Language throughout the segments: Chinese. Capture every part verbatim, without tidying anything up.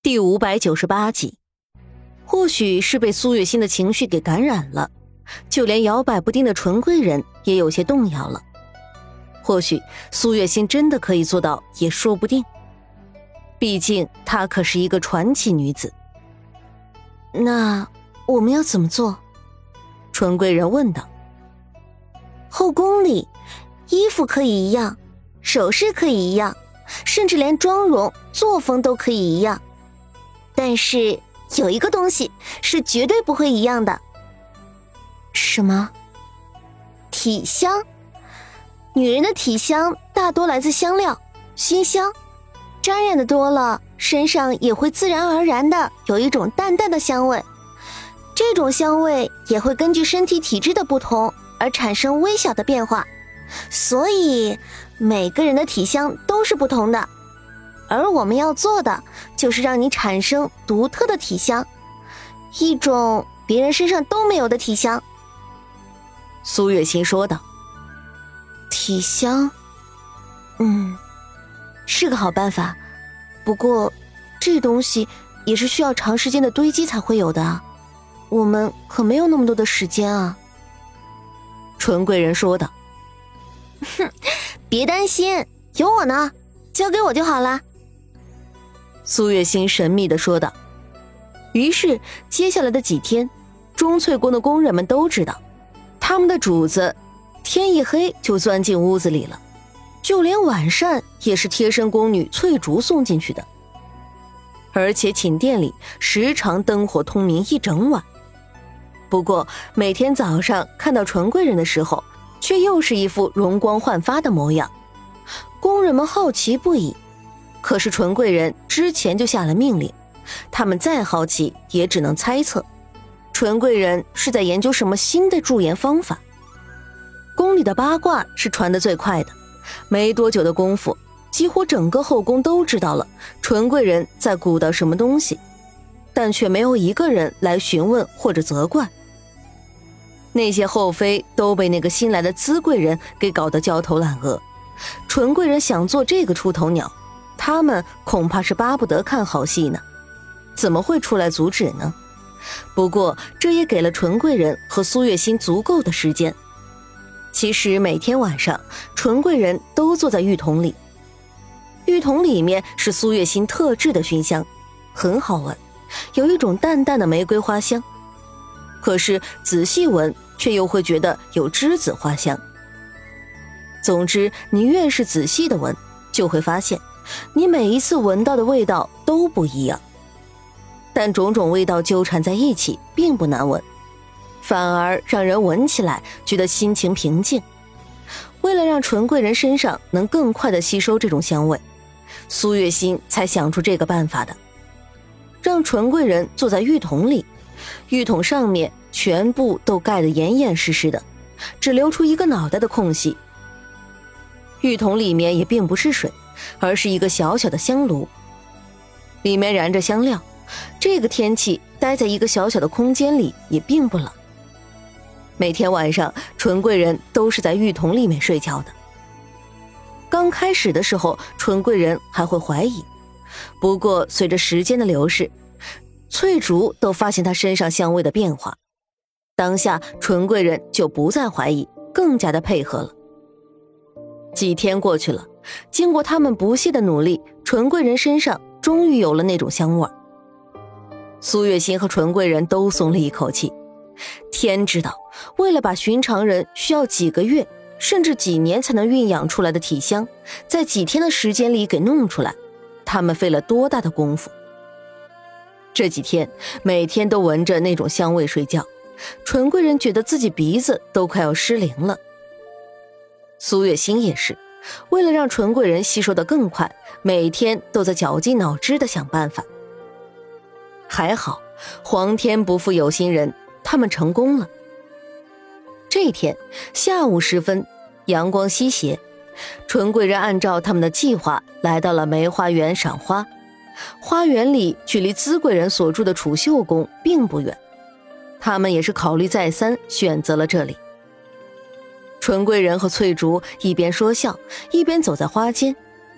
第五百九十八集。或许是被苏月心的情绪给感染了，就连摇摆不定的纯贵人也有些动摇了。或许苏月心真的可以做到也说不定，毕竟她可是一个传奇女子。 那我们要怎么做？ 纯贵人问道。 后宫里衣服可以一样，首饰可以一样，甚至连妆容作风都可以一样，但是有一个东西是绝对不会一样的。 什么？ 体香。女人的体香大多来自香料、熏香，沾染的多了，身上也会自然而然的有一种淡淡的香味。这种香味也会根据身体体质的不同而产生微小的变化，所以每个人的体香都是不同的。而我们要做的就是让你产生独特的体香，一种别人身上都没有的体香。 苏月心说道。 体香，嗯，是个好办法，不过这东西也是需要长时间的堆积才会有的啊，我们可没有那么多的时间啊。 纯贵人说道。 哼，别担心，有我呢，交给我就好了。 苏月心神秘地说道。于是接下来的几天，钟粹宫的宫人们都知道，他们的主子天一黑就钻进屋子里了，就连晚膳也是贴身宫女翠竹送进去的，而且寝殿里时常灯火通明一整晚。不过每天早上看到纯贵人的时候，却又是一副容光焕发的模样，宫人们好奇不已。可是纯贵人之前就下了命令，他们再好奇也只能猜测，纯贵人是在研究什么新的驻颜方法。宫里的八卦是传得最快的，没多久的功夫，几乎整个后宫都知道了纯贵人在鼓捣什么东西，但却没有一个人来询问或者责怪。那些后妃都被那个新来的资贵人给搞得焦头烂额，纯贵人想做这个出头鸟，他们恐怕是巴不得看好戏呢，怎么会出来阻止呢？不过这也给了纯贵人和苏月心足够的时间。其实每天晚上纯贵人都坐在浴桶里，浴桶里面是苏月心特制的熏香，很好闻，有一种淡淡的玫瑰花香，可是仔细闻却又会觉得有栀子花香。总之你越是仔细的闻，就会发现你每一次闻到的味道都不一样，但种种味道纠缠在一起并不难闻，反而让人闻起来觉得心情平静。为了让纯贵人身上能更快地吸收这种香味，苏月心才想出这个办法的，让纯贵人坐在浴桶里，浴桶上面全部都盖得严严实实的，只留出一个脑袋的空隙。浴桶里面也并不是水，而是一个小小的香炉，里面燃着香料，这个天气待在一个小小的空间里也并不冷。每天晚上纯贵人都是在浴桶里面睡觉的。刚开始的时候纯贵人还会怀疑，不过随着时间的流逝，翠竹都发现她身上香味的变化，当下纯贵人就不再怀疑，更加的配合了。几天过去了，经过他们不懈的努力，纯贵人身上终于有了那种香味。苏月心和纯贵人都松了一口气，天知道为了把寻常人需要几个月甚至几年才能酝养出来的体香，在几天的时间里给弄出来，他们费了多大的功夫。这几天每天都闻着那种香味睡觉，纯贵人觉得自己鼻子都快要失灵了。苏月心也是，为了让纯贵人吸收得更快，每天都在绞尽脑汁地想办法。还好皇天不负有心人，他们成功了。这一天下午时分，阳光西斜，纯贵人按照他们的计划来到了梅花园赏花。花园里距离资贵人所住的储秀宫并不远，他们也是考虑再三，选择了这里。纯贵人和翠竹一边说笑，一边走在花间。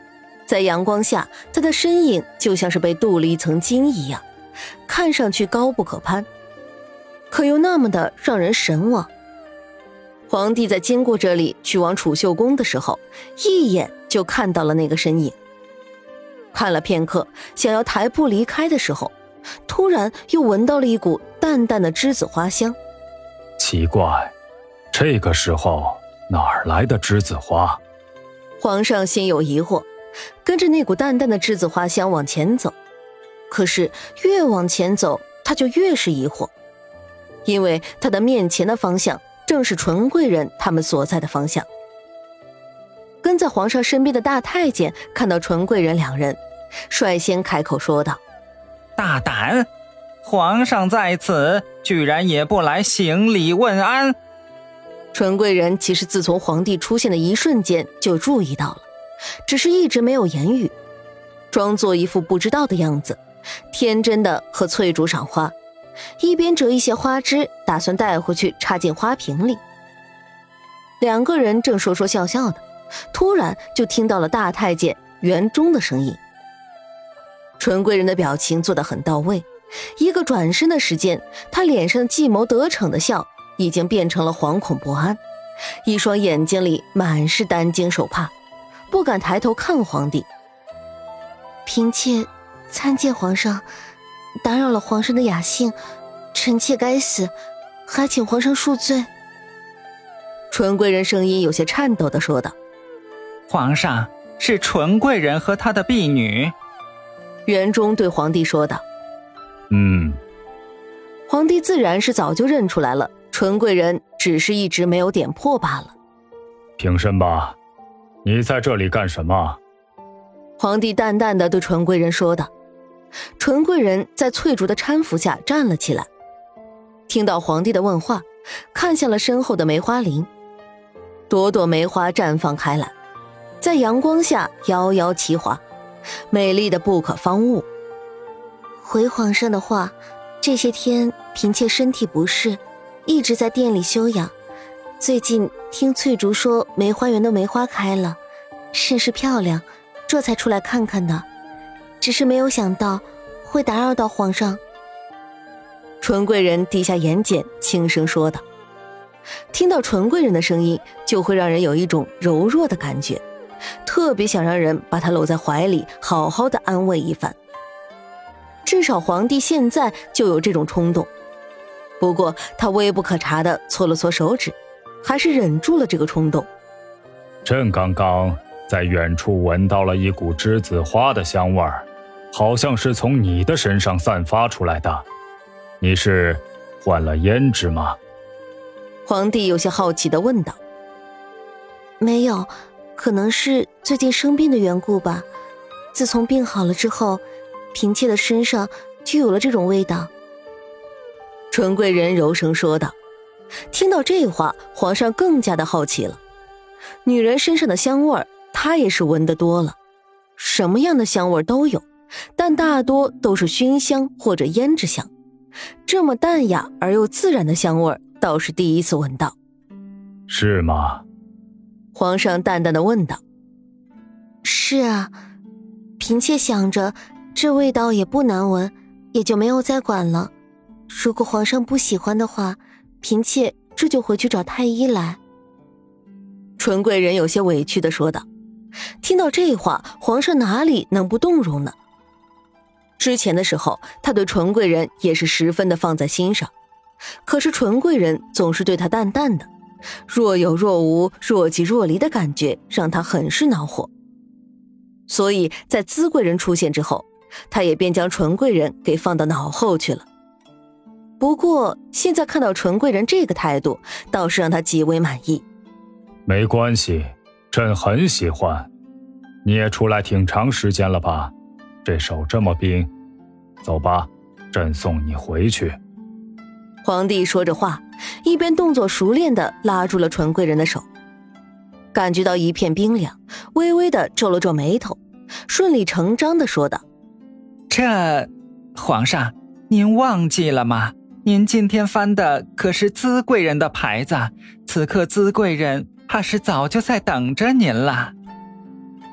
在阳光下，他的身影就像是被镀了一层金一样，看上去高不可攀，可又那么的让人神往。皇帝在经过这里去往储秀宫的时候，一眼就看到了那个身影。看了片刻，想要抬步离开的时候，突然又闻到了一股淡淡的栀子花香。 奇怪，这个时候哪儿来的栀子花？ 皇上心有疑惑，跟着那股淡淡的栀子花香往前走。可是越往前走，他就越是疑惑，因为他的面前的方向正是纯贵人他们所在的方向。跟在皇上身边的大太监看到纯贵人两人，率先开口说道： 大胆，皇上在此，居然也不来行礼问安。 纯贵人其实自从皇帝出现的一瞬间就注意到了，只是一直没有言语，装作一副不知道的样子，天真的和翠竹赏花，一边折一些花枝，打算带回去插进花瓶里。两个人正说说笑笑的，突然就听到了大太监袁忠的声音。纯贵人的表情做得很到位，一个转身的时间，他脸上计谋得逞的笑已经变成了惶恐不安，一双眼睛里满是担惊受怕，不敢抬头看皇帝。 嫔妾参见皇上，打扰了皇上的雅兴，臣妾该死，还请皇上恕罪。 纯贵人声音有些颤抖地说道： 皇上，是纯贵人和她的婢女。 袁忠对皇帝说道： 嗯。 皇帝自然是早就认出来了，纯贵人只是一直没有点破罢了。 平身吧，你在这里干什么？ 皇帝淡淡的对纯贵人说道。纯贵人在翠竹的搀扶下站了起来，听到皇帝的问话，看向了身后的梅花林，朵朵梅花绽放开来，在阳光下摇摇齐滑，美丽的不可方物。 回皇上的话，这些天嫔妾身体不适，一直在店里休养。最近听翠竹说梅花园的梅花开了，甚是漂亮，这才出来看看的。只是没有想到会打扰到皇上。 纯贵人低下眼睑，轻声说道。听到纯贵人的声音，就会让人有一种柔弱的感觉，特别想让人把她搂在怀里，好好的安慰一番。至少皇帝现在就有这种冲动。不过他微不可察地搓了搓手指，还是忍住了这个冲动。 朕刚刚在远处闻到了一股栀子花的香味儿，好像是从你的身上散发出来的。你是换了胭脂吗？ 皇帝有些好奇地问道。 没有，可能是最近生病的缘故吧。自从病好了之后，嫔妾的身上就有了这种味道。 纯贵人柔声说道。听到这话，皇上更加的好奇了。女人身上的香味儿，他也是闻得多了，什么样的香味都有，但大多都是熏香或者胭脂香。这么淡雅而又自然的香味倒是第一次闻到。 是吗？ 皇上淡淡的问道。 是啊，嫔妾想着这味道也不难闻，也就没有再管了。如果皇上不喜欢的话，嫔妾这就回去找太医来。 纯贵人有些委屈地说道。听到这话，皇上哪里能不动容呢？之前的时候，他对纯贵人也是十分的放在心上，可是纯贵人总是对他淡淡的，若有若无，若即若离的感觉让他很是恼火。所以在资贵人出现之后，他也便将纯贵人给放到脑后去了。不过现在看到纯贵人这个态度，倒是让他极为满意。 没关系，朕很喜欢。你也出来挺长时间了吧？这手这么冰，走吧，朕送你回去。 皇帝说着话，一边动作熟练地拉住了纯贵人的手，感觉到一片冰凉，微微地皱了皱眉头，顺理成章地说道： 这，皇上，您忘记了吗？您今天翻的可是资贵人的牌子，此刻资贵人怕是早就在等着您了。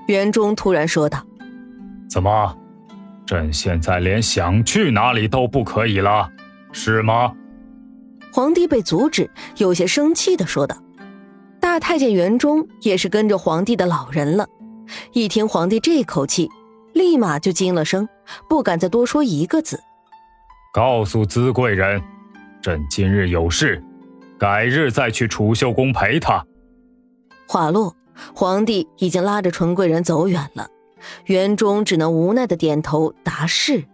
袁忠突然说道： 怎么，朕现在连想去哪里都不可以了，是吗？ 皇帝被阻止，有些生气地说道。大太监袁忠也是跟着皇帝的老人了，一听皇帝这口气，立马就惊了声，不敢再多说一个字。 告诉资贵人，朕今日有事，改日再去储秀宫陪他。 话落，皇帝已经拉着纯贵人走远了，袁忠只能无奈地点头答是。